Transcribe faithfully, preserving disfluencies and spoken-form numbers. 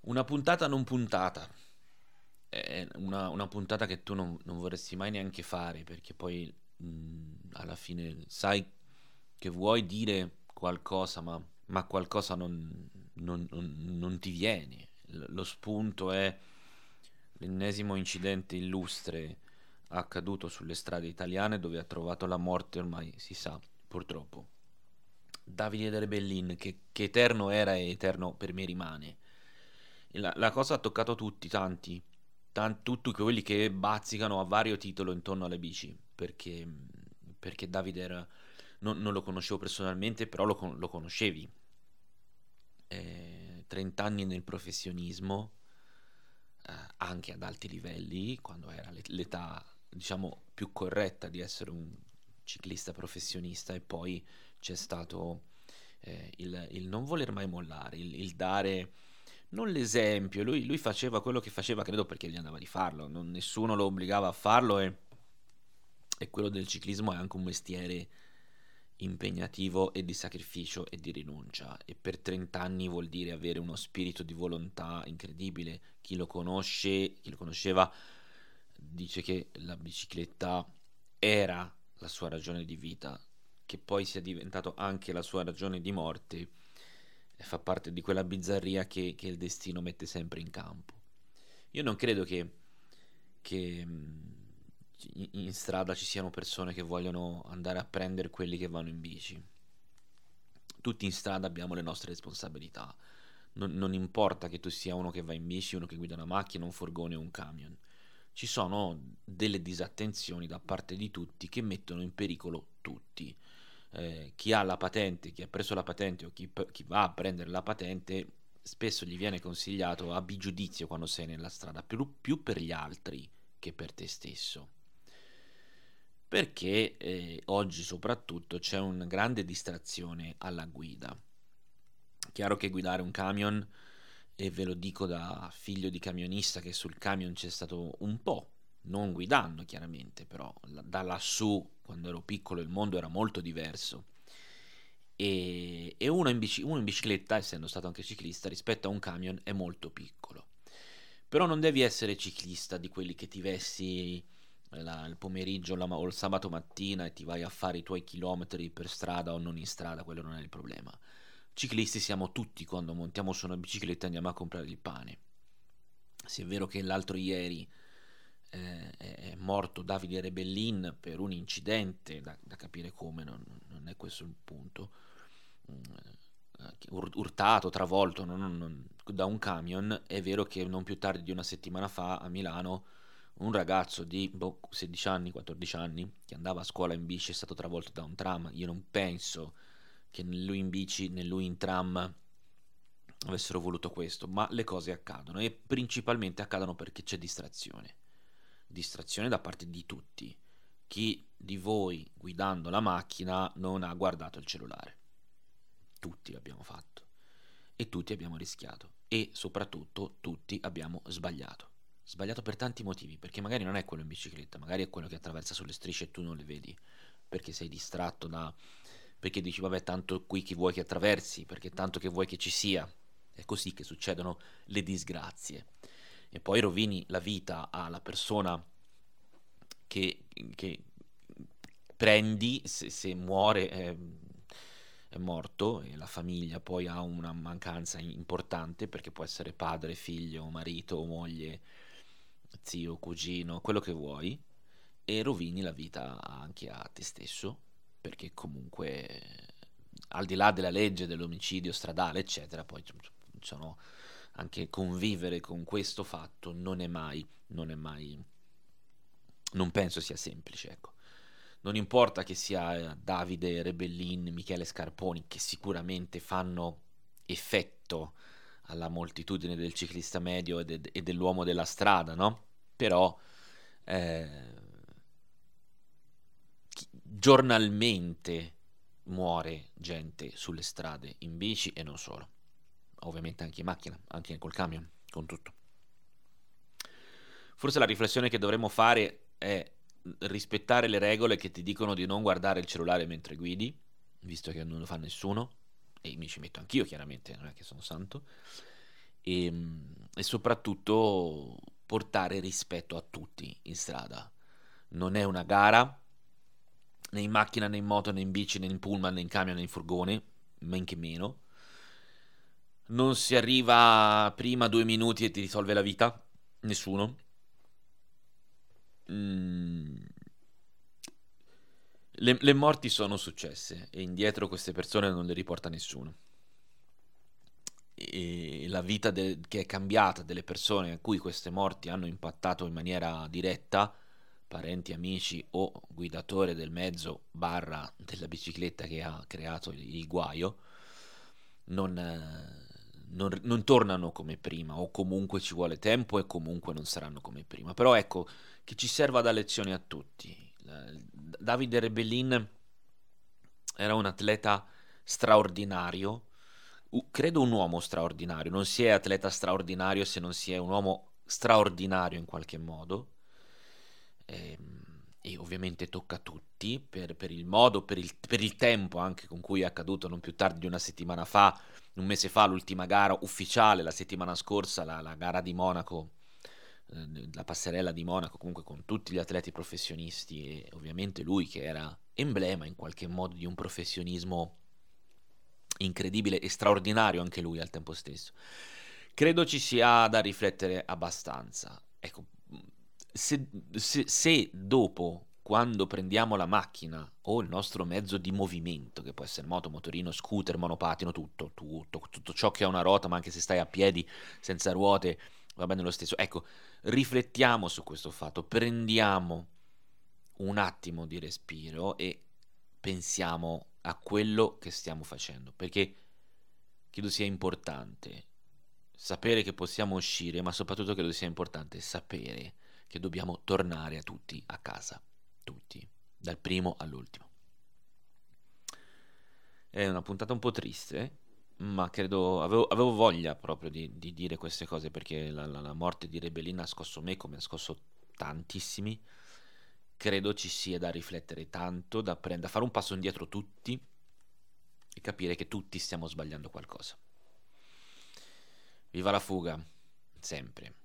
Una puntata non puntata, è una, una puntata che tu non, non vorresti mai neanche fare perché poi mh, alla fine sai che vuoi dire qualcosa, ma, ma qualcosa non, non- non- non ti viene. L- Lo spunto è l'ennesimo incidente illustre accaduto sulle strade italiane dove ha trovato la morte, ormai si sa, purtroppo. Davide De Rebellin, che, che eterno era e eterno per me rimane. E La, la cosa ha toccato tutti, tanti, tan- tutti quelli che bazzicano a vario titolo intorno alle bici, perché, perché Davide era, non, non lo conoscevo personalmente, però lo, con- lo conoscevi. Eh, trenta anni nel professionismo, eh, anche ad alti livelli, quando era l'et- l'età, diciamo, più corretta di essere un ciclista professionista, e poi c'è stato eh, il, il non voler mai mollare, il, il dare non l'esempio, lui, lui faceva quello che faceva, credo perché gli andava di farlo, non- nessuno lo obbligava a farlo, e, e quello del ciclismo è anche un mestiere impegnativo e di sacrificio e di rinuncia, e per trenta anni vuol dire avere uno spirito di volontà incredibile. Chi lo conosce, chi lo conosceva dice che la bicicletta era la sua ragione di vita, che poi sia diventato anche la sua ragione di morte, e fa parte di quella bizzarria che, che il destino mette sempre in campo. Io non credo che, che mh, in in strada ci siano persone che vogliono andare a prendere quelli che vanno in bici. Tutti in strada abbiamo le nostre responsabilità. Non, non importa che tu sia uno che va in bici, uno che guida una macchina, un furgone o un camion. Ci sono delle disattenzioni da parte di tutti che mettono in pericolo tutti. Eh, chi ha la patente, chi ha preso la patente o chi, chi va a prendere la patente, spesso gli viene consigliato abbi giudizio quando sei nella strada, più, più per gli altri che per te stesso. Perché eh, oggi soprattutto c'è una grande distrazione alla guida. Chiaro che guidare un camion, e ve lo dico da figlio di camionista che sul camion c'è stato un po', non guidando chiaramente, però la- da lassù, quando ero piccolo, il mondo era molto diverso. E, e uno, in bici- uno in bicicletta, essendo stato anche ciclista, rispetto a un camion è molto piccolo. Però non devi essere ciclista di quelli che ti vesti la- il pomeriggio la ma- o il sabato mattina e ti vai a fare i tuoi chilometri per strada o non in strada, quello non è il problema. Ciclisti siamo tutti quando montiamo su una bicicletta e andiamo a comprare il pane. Se è vero che l'altro ieri eh, è morto Davide Rebellin per un incidente, da, da capire come, non, non è questo il punto, mm, eh, ur- urtato, travolto non- non- non- da un camion, è vero che non più tardi di una settimana fa a Milano un ragazzo di boh, sedici anni, quattordici anni, che andava a scuola in bici è stato travolto da un tram. Io non penso che né lui in bici né lui in tram avessero voluto questo, ma le cose accadono, e principalmente accadono perché c'è distrazione. Distrazione da parte di tutti. Chi di voi guidando la macchina non ha guardato il cellulare? Tutti l'abbiamo fatto e tutti abbiamo rischiato, e soprattutto tutti abbiamo sbagliato. Sbagliato per tanti motivi, perché magari non è quello in bicicletta, magari è quello che attraversa sulle strisce e tu non le vedi, perché sei distratto da... perché dici vabbè tanto qui chi vuoi che attraversi, perché tanto che vuoi che ci sia. È così che succedono le disgrazie. E poi rovini la vita alla persona che, che prendi, se, se muore è, è morto, e la famiglia poi ha una mancanza importante, perché può essere padre, figlio, marito, moglie, zio, cugino, quello che vuoi, e rovini la vita anche a te stesso, perché comunque al di là della legge dell'omicidio stradale, eccetera, poi ci sono anche convivere con questo fatto non è mai, non è mai, non penso sia semplice, ecco. Non importa che sia Davide Rebellin, Michele Scarponi, che sicuramente fanno effetto alla moltitudine del ciclista medio e, de- e dell'uomo della strada, no? Però eh, chi- giornalmente muore gente sulle strade in bici e non solo. Ovviamente anche in macchina, anche col camion, con tutto. Forse la riflessione che dovremmo fare è rispettare le regole che ti dicono di non guardare il cellulare mentre guidi, visto che non lo fa nessuno, e mi ci metto anch'io chiaramente, non è che sono santo, e, e soprattutto portare rispetto a tutti in strada. Non è una gara, né in macchina, né in moto, né in bici, né in pullman, né in camion, né in furgone, men che meno. Non si arriva prima due minuti e ti risolve la vita, nessuno. Mm. Le, le morti sono successe e indietro queste persone non le riporta nessuno. E la vita de- che è cambiata delle persone a cui queste morti hanno impattato in maniera diretta, parenti, amici o guidatore del mezzo barra della bicicletta che ha creato il, il guaio, non, eh, non, non tornano come prima, o comunque ci vuole tempo e comunque non saranno come prima. Però ecco, che ci serva da lezione a tutti. Eh, Davide Rebellin era un atleta straordinario, u- credo un uomo straordinario, non si è atleta straordinario se non si è un uomo straordinario in qualche modo. Ehm, E, ovviamente tocca a tutti per, per il modo, per il, per il tempo anche con cui è accaduto, non più tardi di una settimana fa, un mese fa, l'ultima gara ufficiale, la settimana scorsa, la, la gara di Monaco, eh, la passerella di Monaco, comunque con tutti gli atleti professionisti e ovviamente lui che era emblema in qualche modo di un professionismo incredibile e straordinario anche lui al tempo stesso. Credo ci sia da riflettere abbastanza. Ecco, se, se, se dopo, quando prendiamo la macchina o il nostro mezzo di movimento, che può essere moto, motorino, scooter, monopatino, tutto, tutto, tutto ciò che ha una rota, ma anche se stai a piedi, senza ruote, va bene lo stesso. Ecco, riflettiamo su questo fatto, prendiamo un attimo di respiro e pensiamo a quello che stiamo facendo, perché credo sia importante sapere che possiamo uscire, ma soprattutto credo sia importante sapere che dobbiamo tornare a tutti a casa, tutti, dal primo all'ultimo. È una puntata un po' triste, ma credo avevo, avevo voglia proprio di, di dire queste cose perché la, la- la morte di Rebellin ha scosso me come ha scosso tantissimi. Credo ci sia da riflettere tanto, da, prend- da fare un passo indietro tutti e capire che tutti stiamo sbagliando qualcosa. Viva la fuga, sempre.